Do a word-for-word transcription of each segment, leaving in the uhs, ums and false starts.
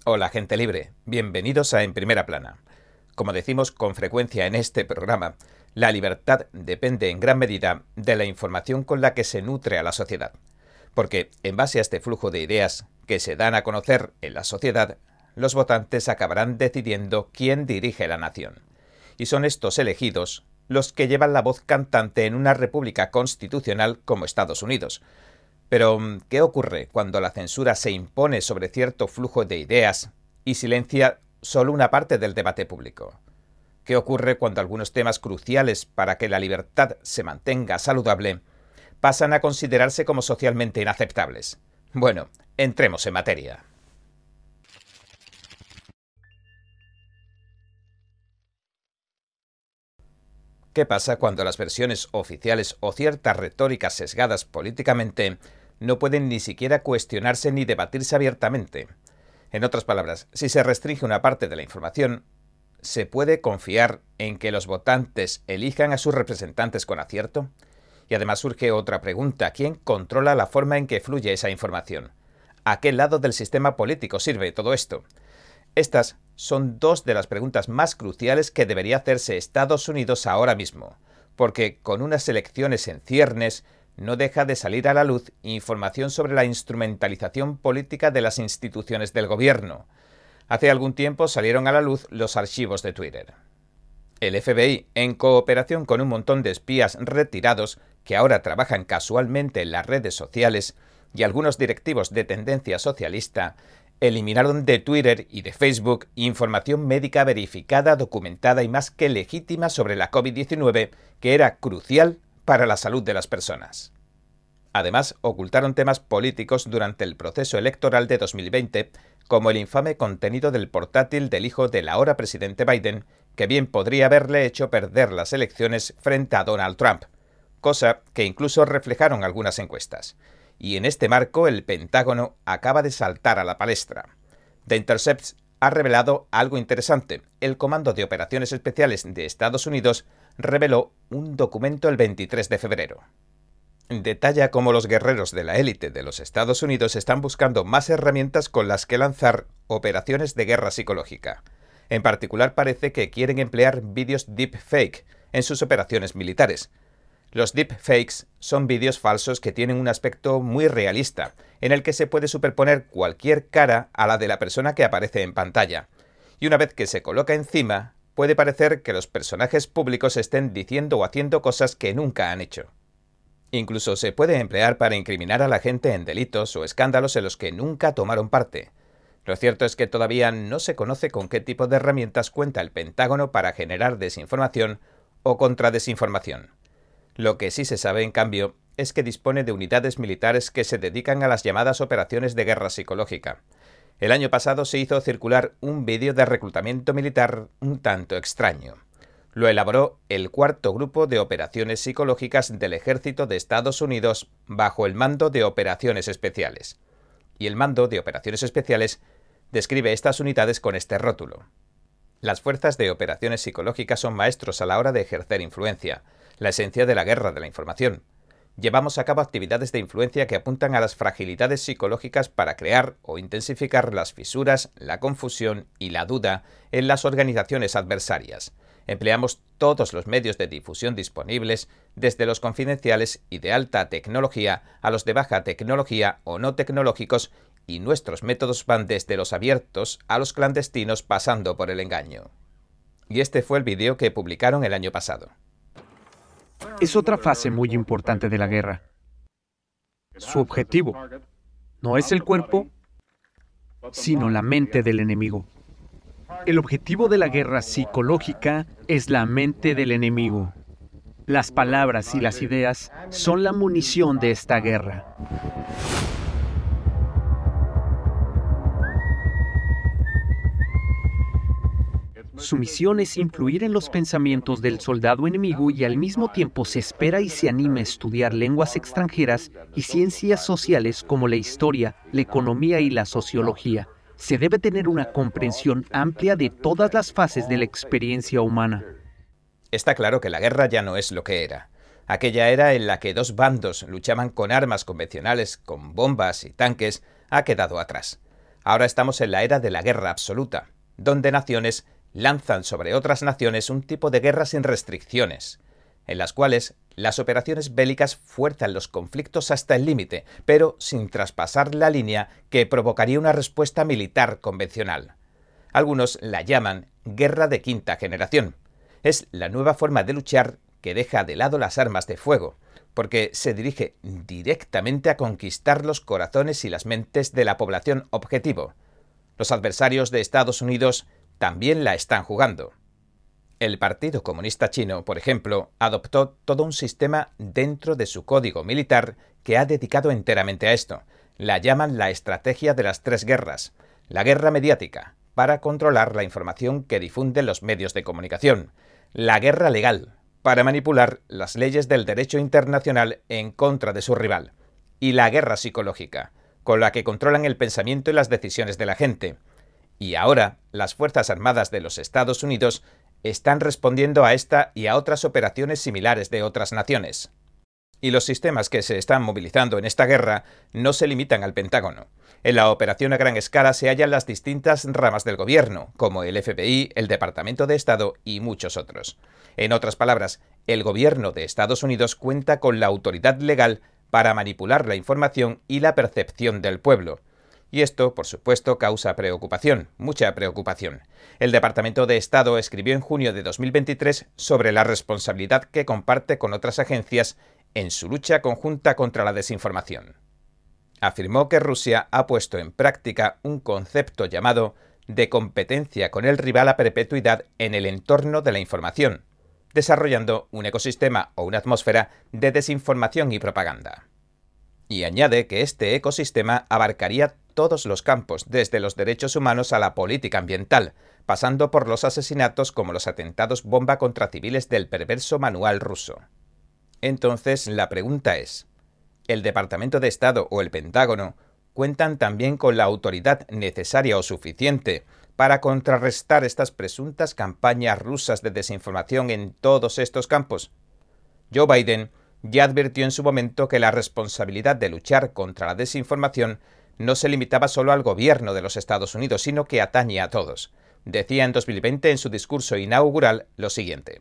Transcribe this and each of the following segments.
Hola, gente libre. Bienvenidos a En Primera Plana. Como decimos con frecuencia en este programa, la libertad depende en gran medida de la información con la que se nutre a la sociedad. Porque, en base a este flujo de ideas que se dan a conocer en la sociedad, los votantes acabarán decidiendo quién dirige la nación. Y son estos elegidos los que llevan la voz cantante en una república constitucional como Estados Unidos. Pero, ¿qué ocurre cuando la censura se impone sobre cierto flujo de ideas y silencia solo una parte del debate público? ¿Qué ocurre cuando algunos temas cruciales para que la libertad se mantenga saludable pasan a considerarse como socialmente inaceptables? Bueno, entremos en materia. ¿Qué pasa cuando las versiones oficiales o ciertas retóricas sesgadas políticamente no pueden ni siquiera cuestionarse ni debatirse abiertamente? En otras palabras, si se restringe una parte de la información, ¿se puede confiar en que los votantes elijan a sus representantes con acierto? Y además surge otra pregunta: ¿quién controla la forma en que fluye esa información? ¿A qué lado del sistema político sirve todo esto? Estas son dos de las preguntas más cruciales que debería hacerse Estados Unidos ahora mismo, porque con unas elecciones en ciernes no deja de salir a la luz información sobre la instrumentalización política de las instituciones del gobierno. Hace algún tiempo salieron a la luz los archivos de Twitter. El F B I, en cooperación con un montón de espías retirados que ahora trabajan casualmente en las redes sociales, y algunos directivos de tendencia socialista, eliminaron de Twitter y de Facebook información médica verificada, documentada y más que legítima sobre la COVID diecinueve, que era crucial para la salud de las personas. Además, ocultaron temas políticos durante el proceso electoral de dos mil veinte, como el infame contenido del portátil del hijo del ahora presidente Biden, que bien podría haberle hecho perder las elecciones frente a Donald Trump, cosa que incluso reflejaron algunas encuestas. Y en este marco, el Pentágono acaba de saltar a la palestra. The Intercept ha revelado algo interesante. El Comando de Operaciones Especiales de Estados Unidos reveló un documento el veintitrés de febrero. Detalla cómo los guerreros de la élite de los Estados Unidos están buscando más herramientas con las que lanzar operaciones de guerra psicológica. En particular, parece que quieren emplear vídeos deepfake en sus operaciones militares. Los deepfakes son vídeos falsos que tienen un aspecto muy realista, en el que se puede superponer cualquier cara a la de la persona que aparece en pantalla. Y una vez que se coloca encima, puede parecer que los personajes públicos estén diciendo o haciendo cosas que nunca han hecho. Incluso se puede emplear para incriminar a la gente en delitos o escándalos en los que nunca tomaron parte. Lo cierto es que todavía no se conoce con qué tipo de herramientas cuenta el Pentágono para generar desinformación o contradesinformación. Lo que sí se sabe, en cambio, es que dispone de unidades militares que se dedican a las llamadas operaciones de guerra psicológica. El año pasado se hizo circular un vídeo de reclutamiento militar un tanto extraño. Lo elaboró el cuarto grupo de operaciones psicológicas del Ejército de Estados Unidos bajo el mando de Operaciones Especiales. Y el mando de Operaciones Especiales describe estas unidades con este rótulo: las fuerzas de operaciones psicológicas son maestros a la hora de ejercer influencia, la esencia de la guerra de la información. Llevamos a cabo actividades de influencia que apuntan a las fragilidades psicológicas para crear o intensificar las fisuras, la confusión y la duda en las organizaciones adversarias. Empleamos todos los medios de difusión disponibles, desde los confidenciales y de alta tecnología a los de baja tecnología o no tecnológicos, y nuestros métodos van desde los abiertos a los clandestinos pasando por el engaño. Y este fue el vídeo que publicaron el año pasado. Es otra fase muy importante de la guerra. Su objetivo no es el cuerpo, sino la mente del enemigo. El objetivo de la guerra psicológica es la mente del enemigo. Las palabras y las ideas son la munición de esta guerra. Su misión es influir en los pensamientos del soldado enemigo y al mismo tiempo se espera y se anima a estudiar lenguas extranjeras y ciencias sociales como la historia, la economía y la sociología. Se debe tener una comprensión amplia de todas las fases de la experiencia humana. Está claro que la guerra ya no es lo que era. Aquella era en la que dos bandos luchaban con armas convencionales, con bombas y tanques, ha quedado atrás. Ahora estamos en la era de la guerra absoluta, donde naciones lanzan sobre otras naciones un tipo de guerra sin restricciones, en las cuales las operaciones bélicas fuerzan los conflictos hasta el límite, pero sin traspasar la línea que provocaría una respuesta militar convencional. Algunos la llaman guerra de quinta generación. Es la nueva forma de luchar que deja de lado las armas de fuego, porque se dirige directamente a conquistar los corazones y las mentes de la población objetivo. Los adversarios de Estados Unidos también la están jugando. El Partido Comunista Chino, por ejemplo, adoptó todo un sistema dentro de su código militar que ha dedicado enteramente a esto. La llaman la estrategia de las tres guerras. La guerra mediática, para controlar la información que difunden los medios de comunicación. La guerra legal, para manipular las leyes del derecho internacional en contra de su rival. Y la guerra psicológica, con la que controlan el pensamiento y las decisiones de la gente. Y ahora, las Fuerzas Armadas de los Estados Unidos están respondiendo a esta y a otras operaciones similares de otras naciones. Y los sistemas que se están movilizando en esta guerra no se limitan al Pentágono. En la operación a gran escala se hallan las distintas ramas del gobierno, como el F B I, el Departamento de Estado y muchos otros. En otras palabras, el gobierno de Estados Unidos cuenta con la autoridad legal para manipular la información y la percepción del pueblo. Y esto, por supuesto, causa preocupación, mucha preocupación. El Departamento de Estado escribió en junio de dos mil veintitrés sobre la responsabilidad que comparte con otras agencias en su lucha conjunta contra la desinformación. Afirmó que Rusia ha puesto en práctica un concepto llamado de competencia con el rival a perpetuidad en el entorno de la información, desarrollando un ecosistema o una atmósfera de desinformación y propaganda. Y añade que este ecosistema abarcaría todos los campos, desde los derechos humanos a la política ambiental, pasando por los asesinatos como los atentados bomba contra civiles del perverso manual ruso. Entonces, la pregunta es, ¿el Departamento de Estado o el Pentágono cuentan también con la autoridad necesaria o suficiente para contrarrestar estas presuntas campañas rusas de desinformación en todos estos campos? Joe Biden ya advirtió en su momento que la responsabilidad de luchar contra la desinformación no se limitaba solo al gobierno de los Estados Unidos, sino que atañe a todos. Decía en dos mil veinte en su discurso inaugural lo siguiente: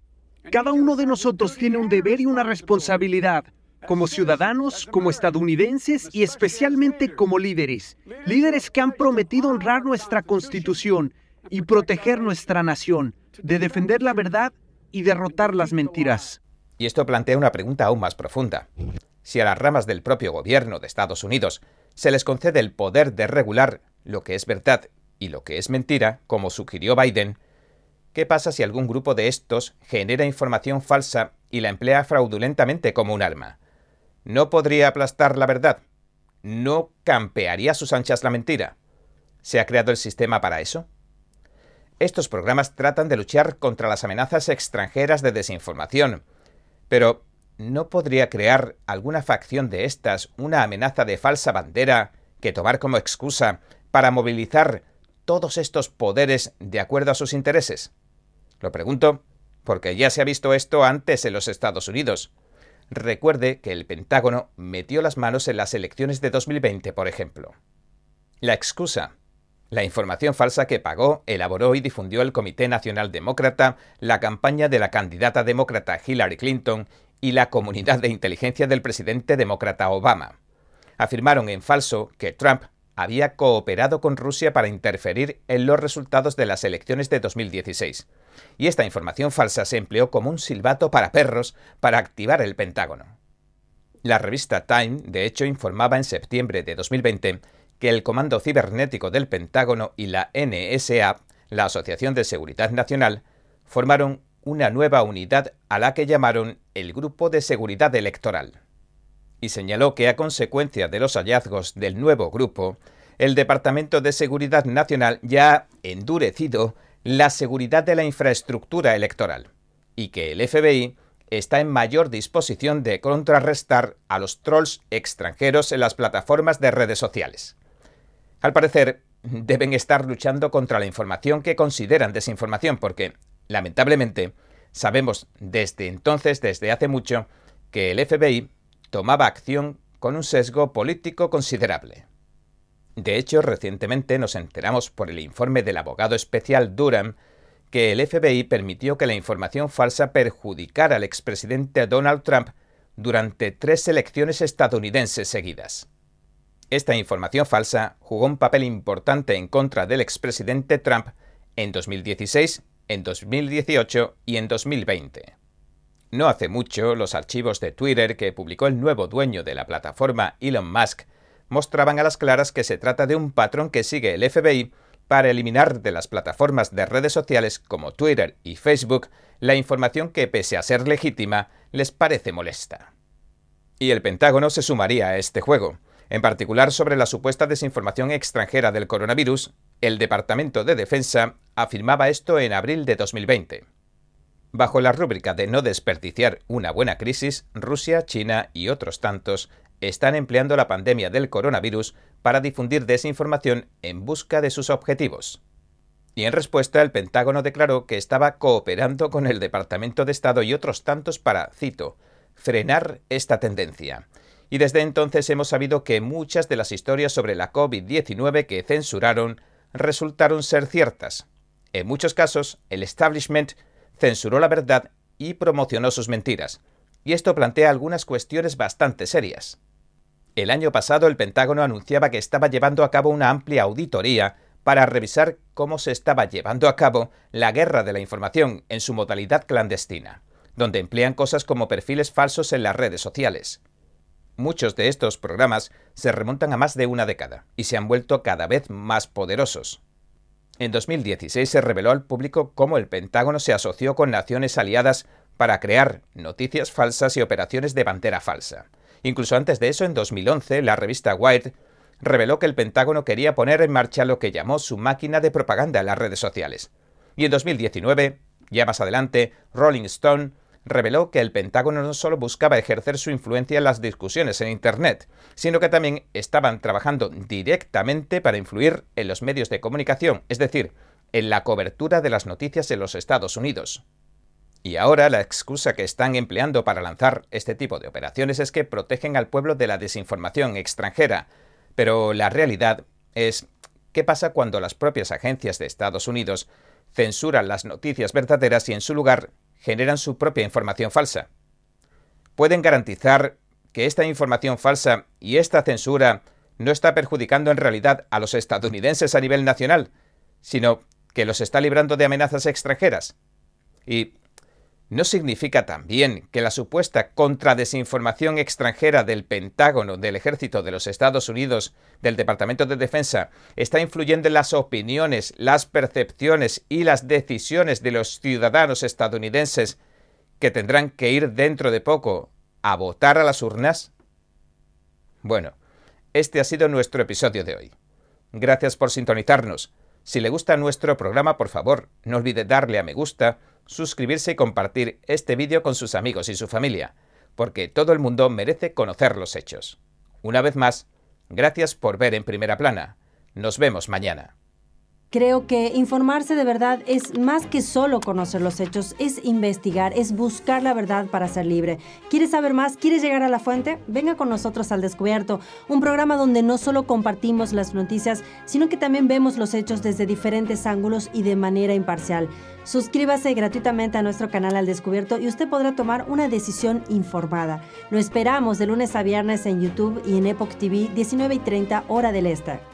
Cada uno de nosotros tiene un deber y una responsabilidad, como ciudadanos, como estadounidenses y especialmente como líderes. Líderes que han prometido honrar nuestra Constitución y proteger nuestra nación, de defender la verdad y derrotar las mentiras. Y esto plantea una pregunta aún más profunda. Si a las ramas del propio gobierno de Estados Unidos se les concede el poder de regular lo que es verdad y lo que es mentira, como sugirió Biden, ¿qué pasa si algún grupo de estos genera información falsa y la emplea fraudulentamente como un arma? ¿No podría aplastar la verdad? ¿No campearía a sus anchas la mentira? ¿Se ha creado el sistema para eso? Estos programas tratan de luchar contra las amenazas extranjeras de desinformación, pero ¿no podría crear alguna facción de estas una amenaza de falsa bandera que tomar como excusa para movilizar todos estos poderes de acuerdo a sus intereses? Lo pregunto porque ya se ha visto esto antes en los Estados Unidos. Recuerde que el Pentágono metió las manos en las elecciones de dos mil veinte, por ejemplo. La excusa: la información falsa que pagó, elaboró y difundió el Comité Nacional Demócrata, la campaña de la candidata demócrata Hillary Clinton y la comunidad de inteligencia del presidente demócrata Obama. Afirmaron en falso que Trump había cooperado con Rusia para interferir en los resultados de las elecciones de dos mil dieciséis. Y esta información falsa se empleó como un silbato para perros para activar el Pentágono. La revista Time, de hecho, informaba en septiembre de dos mil veinte que el Comando Cibernético del Pentágono y la N S A, la Asociación de Seguridad Nacional, formaron una nueva unidad a la que llamaron el Grupo de Seguridad Electoral. Y señaló que a consecuencia de los hallazgos del nuevo grupo, el Departamento de Seguridad Nacional ya ha endurecido la seguridad de la infraestructura electoral y que el F B I está en mayor disposición de contrarrestar a los trolls extranjeros en las plataformas de redes sociales. Al parecer, deben estar luchando contra la información que consideran desinformación porque, lamentablemente, sabemos desde entonces, desde hace mucho, que el F B I tomaba acción con un sesgo político considerable. De hecho, recientemente nos enteramos por el informe del abogado especial Durham que el F B I permitió que la información falsa perjudicara al expresidente Donald Trump durante tres elecciones estadounidenses seguidas. Esta información falsa jugó un papel importante en contra del expresidente Trump en dos mil dieciséis, en dos mil dieciocho y en dos mil veinte. No hace mucho, los archivos de Twitter que publicó el nuevo dueño de la plataforma, Elon Musk, mostraban a las claras que se trata de un patrón que sigue el F B I para eliminar de las plataformas de redes sociales como Twitter y Facebook la información que, pese a ser legítima, les parece molesta. Y el Pentágono se sumaría a este juego. En particular sobre la supuesta desinformación extranjera del coronavirus, el Departamento de Defensa afirmaba esto en abril de dos mil veinte. Bajo la rúbrica de no desperdiciar una buena crisis, Rusia, China y otros tantos están empleando la pandemia del coronavirus para difundir desinformación en busca de sus objetivos. Y en respuesta, el Pentágono declaró que estaba cooperando con el Departamento de Estado y otros tantos para, cito, frenar esta tendencia. Y desde entonces hemos sabido que muchas de las historias sobre la COVID diecinueve que censuraron resultaron ser ciertas. En muchos casos, el establishment censuró la verdad y promocionó sus mentiras. Y esto plantea algunas cuestiones bastante serias. El año pasado el Pentágono anunciaba que estaba llevando a cabo una amplia auditoría para revisar cómo se estaba llevando a cabo la guerra de la información en su modalidad clandestina, donde emplean cosas como perfiles falsos en las redes sociales. Muchos de estos programas se remontan a más de una década y se han vuelto cada vez más poderosos. En dos mil dieciséis se reveló al público cómo el Pentágono se asoció con naciones aliadas para crear noticias falsas y operaciones de bandera falsa. Incluso antes de eso, en dos mil once, la revista Wired reveló que el Pentágono quería poner en marcha lo que llamó su máquina de propaganda en las redes sociales. Y en dos mil diecinueve, ya más adelante, Rolling Stone reveló que el Pentágono no solo buscaba ejercer su influencia en las discusiones en Internet, sino que también estaban trabajando directamente para influir en los medios de comunicación, es decir, en la cobertura de las noticias en los Estados Unidos. Y ahora la excusa que están empleando para lanzar este tipo de operaciones es que protegen al pueblo de la desinformación extranjera. Pero la realidad es, ¿qué pasa cuando las propias agencias de Estados Unidos censuran las noticias verdaderas y en su lugar generan su propia información falsa? ¿Pueden garantizar que esta información falsa y esta censura no está perjudicando en realidad a los estadounidenses a nivel nacional, sino que los está librando de amenazas extranjeras? Y ¿no significa también que la supuesta contradesinformación extranjera del Pentágono, del Ejército de los Estados Unidos, del Departamento de Defensa, está influyendo en las opiniones, las percepciones y las decisiones de los ciudadanos estadounidenses que tendrán que ir dentro de poco a votar a las urnas? Bueno, este ha sido nuestro episodio de hoy. Gracias por sintonizarnos. Si le gusta nuestro programa, por favor, no olvide darle a me gusta, suscribirse y compartir este vídeo con sus amigos y su familia, porque todo el mundo merece conocer los hechos. Una vez más, gracias por ver En Primera Plana. Nos vemos mañana. Creo que informarse de verdad es más que solo conocer los hechos, es investigar, es buscar la verdad para ser libre. ¿Quieres saber más? ¿Quieres llegar a la fuente? Venga con nosotros al Descubierto, un programa donde no solo compartimos las noticias, sino que también vemos los hechos desde diferentes ángulos y de manera imparcial. Suscríbase gratuitamente a nuestro canal Al Descubierto y usted podrá tomar una decisión informada. Lo esperamos de lunes a viernes en YouTube y en Epoch T V, diecinueve y treinta hora del Este.